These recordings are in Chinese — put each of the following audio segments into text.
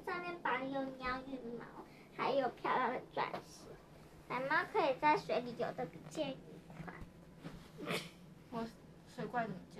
上面绑有鸟羽毛，还有漂亮的钻石。海猫可以在水里游得比剑鱼快。 我水怪怎么叫？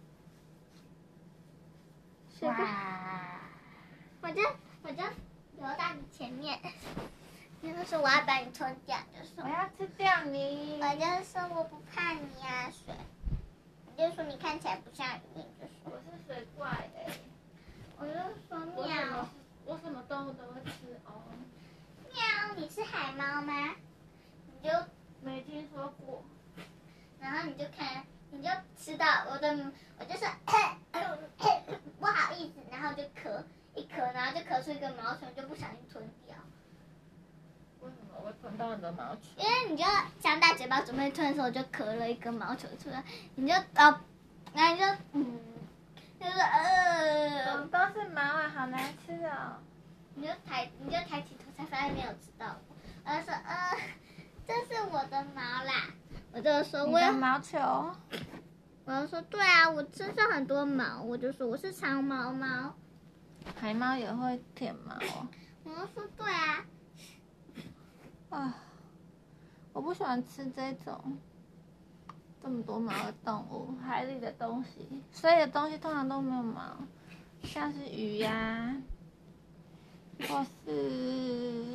水怪，我就游到你前面，就是说我要把你吞掉，就说我要吃掉你。 我就说我不怕你啊，水。你就说你看起来不像鱼，就说我是水怪哎。 我就说喵。 我什么动物都会吃哦。 喵，你是海猫吗？你就没听说过。 然后你就吃到我就是不好意思，然后就咳一咳，然后就咳出一个毛球，就不小心吞掉。 为什么我会吞到你的毛球？ 因为你就张大嘴巴准备吞的时候，就咳了一根毛球出来，你就然后你就就是怎么都是毛啊，好难吃哦。 你就抬起头才发现没有吃到我，我就说这是我的毛啦，我就说你的毛球。 我就说对啊，我身上很多毛，我就说我是长毛猫。 海猫也会舔毛哦。 我就说对啊。 啊，我不喜欢吃这种这么多毛的动物，海里的东西，水里的东西通常都没有毛，像是鱼呀、或是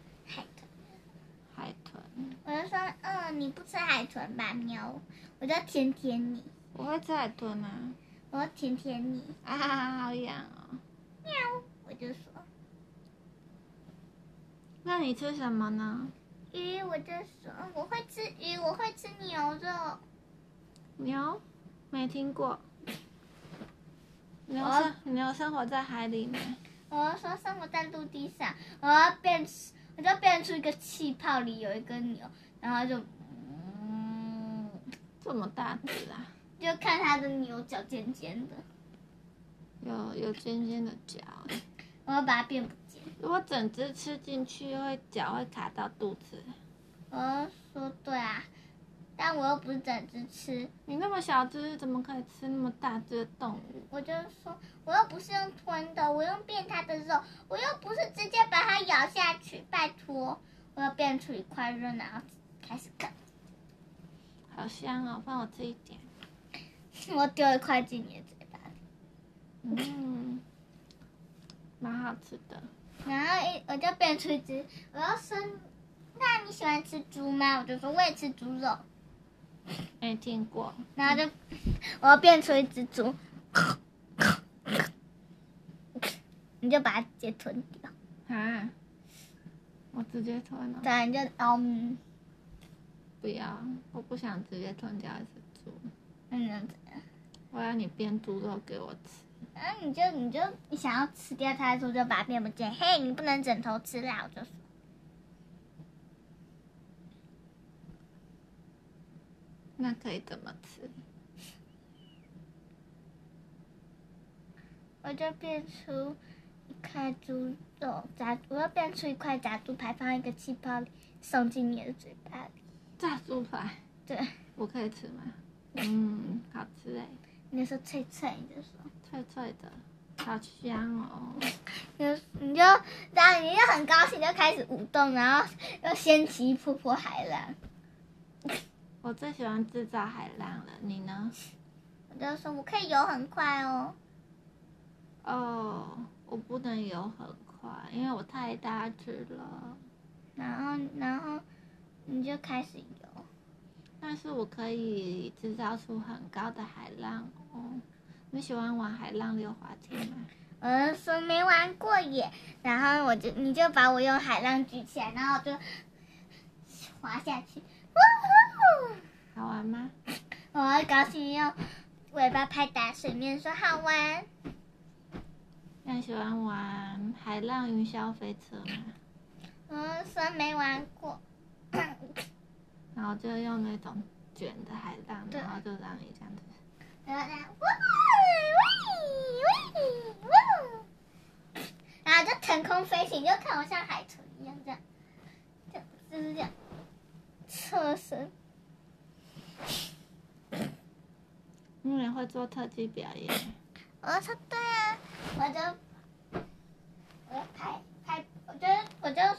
海豚。 我就说你不吃海豚吧，喵，我就舔舔你。 我会吃海豚啊。 我要舔舔你。 啊，好痒哦。 喵，我就说。 那你吃什么呢？ 鱼，我就说我会吃鱼，我会吃牛肉。 牛？没听过。牛生活在海里吗？ 我就说生活在陆地上，我就变出一个气泡，里有一个牛，然后就这么大只啊！ 就看它的牛角尖尖的。 有尖尖的角。 我要把它变不见。 如果整只吃进去，脚会卡到肚子。 我说对啊，但我又不是整只吃。 你那么小只，怎么可以吃那么大只的动物？ 我就说，我又不是用吞的，我用变它的肉，我又不是直接把它咬下去，拜托，我要变出一块肉，然后开始啃。 好香哦，帮我吃一点。 我丢一块进你的嘴巴里。 蛮好吃的。 然后我就变出一只，我要说，那你喜欢吃猪吗？我就说我也吃猪肉。 没听过。 然后我要变出一只猪，你就把它直接吞掉。 啊！我直接吞了。 对，你就不要，我不想直接吞掉一只猪。 那你能怎样？ 我要你变猪肉给我吃。 你想要吃掉它的时候就把它变不见，嘿，你不能整头吃啦，我就说。 那可以怎么吃？ 我就变出一块猪肉我要变出一块炸猪排，放一个气泡里，送进你的嘴巴里。 炸猪排？ 对。 我可以吃吗？好吃哎。 你就说脆脆，你就说。 脆脆的，好香哦。 你就很高兴，就开始舞动，然后又掀起一波波海浪。 我最喜欢制造海浪了，你呢？ 我就说我可以游很快哦。 我不能游很快，因为我太大只了。 然后你就开始游。 但是我可以制造出很高的海浪哦。你喜欢玩海浪溜滑梯吗？ 我说没玩过耶，然后你就把我用海浪举起来，然后我就滑下去。 好玩吗？ 我很高兴用尾巴拍打水面，说好玩。 那你喜欢玩海浪云霄飞车吗？ 我说没玩过。 然后就用那种卷的海浪，然后就让你这样子。 然后然后就腾空飞行，就看我像海豚一样这样，就是这样侧身。 你也会做特技表演？ 我说对啊，我就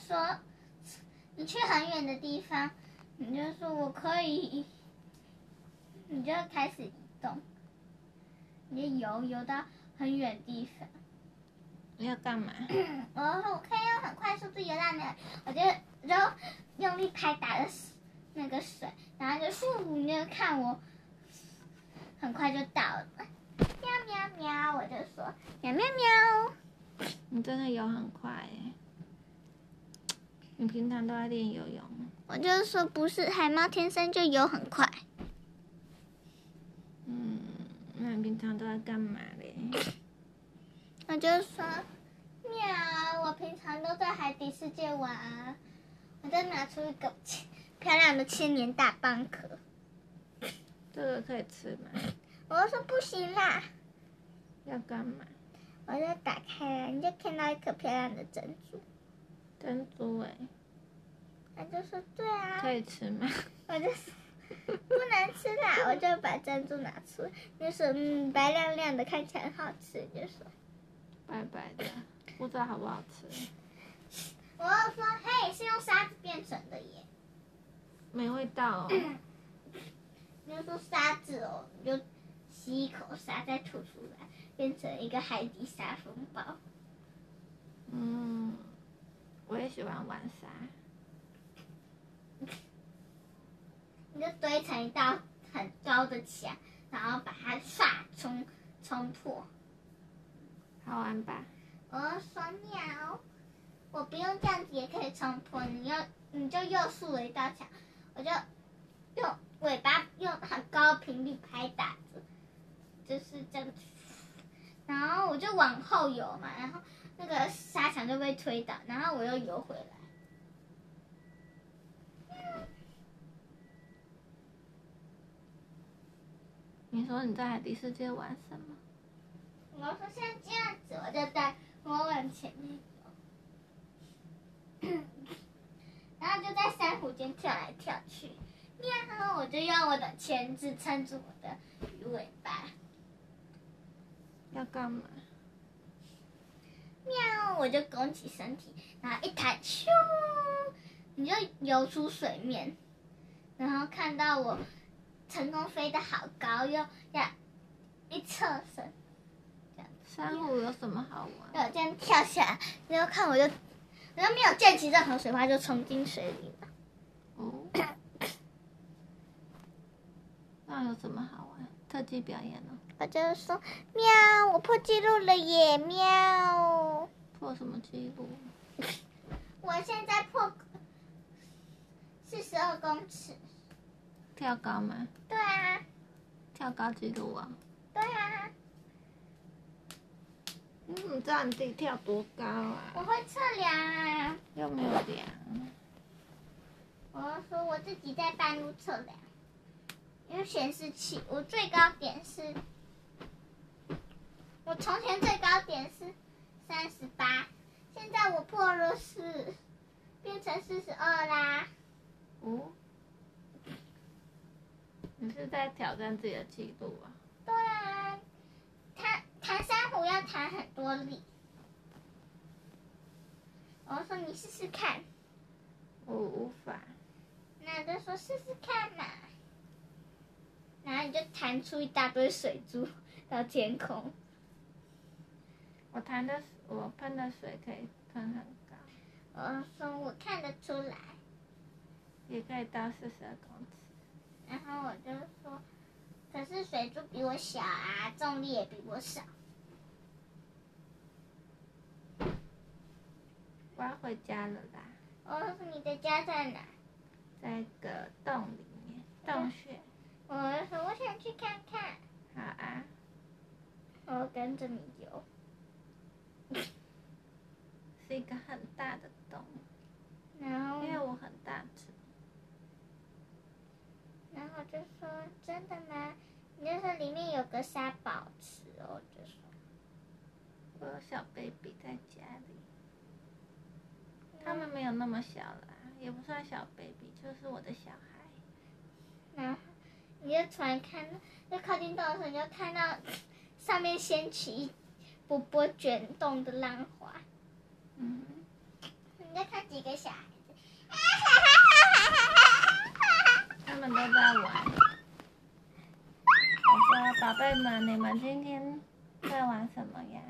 说你去很远的地方，你就说我可以，你就开始移动，你就游到很远的地方。 你要干嘛？ 我说我可以用很快速度游到那，我就用力拍打了那个水，然后就咻，你就看我很快就到了。喵喵喵，我就说喵喵喵。 你真的游很快耶！你平常都在练游泳？ 我就说不是，海猫天生就游很快。 那你平常都在干嘛嘞？ 我就说喵，我平常都在海底世界玩啊。我再拿出一个漂亮的千年大蚌壳。 这个可以吃吗？ 我就说不行啦。 要干嘛？ 我就打开了，你就看到一颗漂亮的珍珠。 珍珠哎。 他就说对啊。 可以吃吗？ 我就说不能吃啦，我就把珍珠拿出来，就说白亮亮的，看起来很好吃，就说白白的，不知道好不好吃。 我就说嘿，是用沙子变成的耶。 没味道哦。 你就说沙子哦，你就吸一口沙，再吐出来，变成一个海底沙风暴。 我也喜欢玩沙。 你就堆成一道很高的墙，然后把它冲破。 好玩吧？ 我就说喵，我不用这样子也可以冲破，你就又竖了一道墙，我就用尾巴用很高频率拍打着，就是这样子，然后我就往后游嘛，然后那个沙墙就被推倒，然后我又游回来。 你说你在海底世界玩什么？ 我说像这样子，我就在我往前面游，然后就在珊瑚间跳来跳去，喵！我就用我的钳子撑住我的鱼尾巴。 要干嘛？ 喵！我就拱起身体，然后一弹，咻！你就游出水面，然后看到我成功飞得好高，又要一侧身，这样。 珊瑚有什么好玩？ 我这样跳下来，然后看我就没有溅起任何水花，就冲进水里了。 哦。那有什么好玩？特技表演呢？ 我就说喵，我破纪录了耶，喵！ 破什么纪录？ 我现在破42公尺。 跳高吗？ 对啊。 跳高纪录啊？ 对啊。 你怎么知道你自己跳多高啊？ 我会测量啊。 又没有量。 我说我自己在半路测量，因为显示器我最高点是，我从前最高点是38，现在我破了4，变成42啦。 哦。你是在挑战自己的记录啊？ 对啊，弹珊瑚要弹很多力。我说你试试看。 我无法。 那就说试试看嘛。然后你就弹出一大堆水珠到天空。 我喷的水可以喷很高。 我说我看得出来。 也可以到42公尺。 然后我就说，可是水珠比我小啊，重力也比我少。 我要回家了啦。 我说你的家在哪？ 在个洞里面，洞穴。 我就说我想去看看。 好啊。 我跟着你游。 是一个很大的洞。 然后。 因为我很大只。 然后就说真的吗？你就说里面有个沙宝池哦，就说。 我有小 baby 在家里。他们没有那么小啦，也不算小 baby，就是我的小孩。 然后你就突然看到，就靠近洞的时候，你就看到上面掀起一波波卷动的浪花。 你在看几个小孩子？ 他们都在玩。我说宝贝们，你们今天在玩什么呀？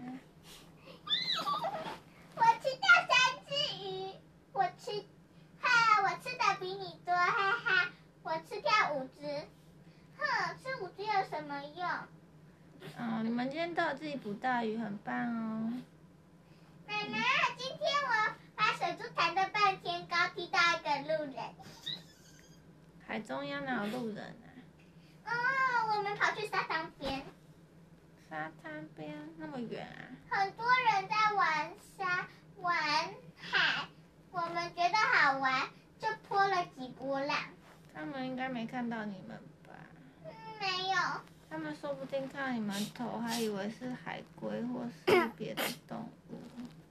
我吃掉3只鱼，我吃的比你多，哈哈，我吃掉5只，哼，吃5只有什么用？ 哦，你们今天都有自己捕到鱼，很棒哦。 妈妈，今天我把水珠弹了半天高，踢到一个路人。 海中央哪有路人啊？ 哦，我们跑去沙滩边。 沙滩边那么远啊？ 很多人在玩玩海，我们觉得好玩，就泼了几波浪。 他们应该没看到你们吧？ 没有。 他们说不定看到你们头，还以为是海龟或是别的动物。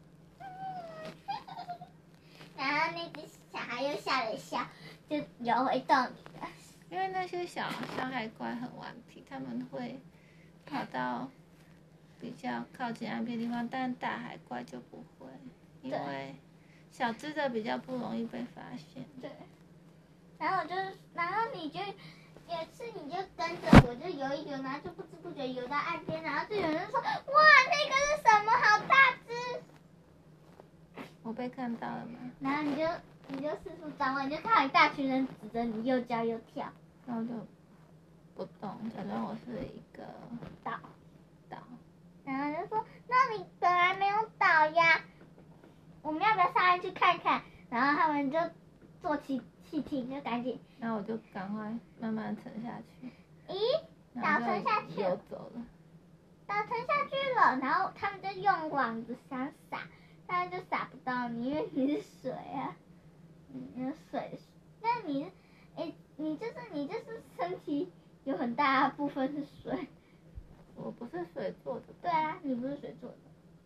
然后那只小孩又笑了笑，就游回洞里了。 因为那些小海怪很顽皮，他们会跑到比较靠近岸边的地方，但大海怪就不会，因为小只的比较不容易被发现。 对。然后你就有一次你就跟着我就游一游，然后就不知不觉游到岸边，然后就有人说：“哇，那个是什么？好大只！” 我被看到了吗？ 然后你就四处张望，你就看到一大群人指着你又叫又跳。 然后就不动，假装我是一个岛。 然后就说：“那你本来没有岛呀，我们要不要上来去看看？”然后他们就坐起艇，就赶紧。 然后我就赶快慢慢沉下去。 咦，岛沉下去游走了。 岛沉下去了，然后他们就用网子想撒，但是就撒不到你，因为你是水啊，你是水。那你就是身体有很大部分是水。 我不是水做的。 对啊，你不是水做的。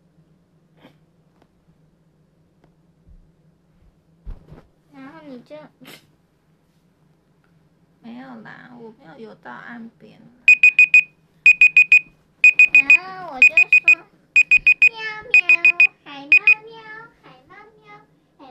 然后你就没有啦，我没有游到岸边。 然后我就说。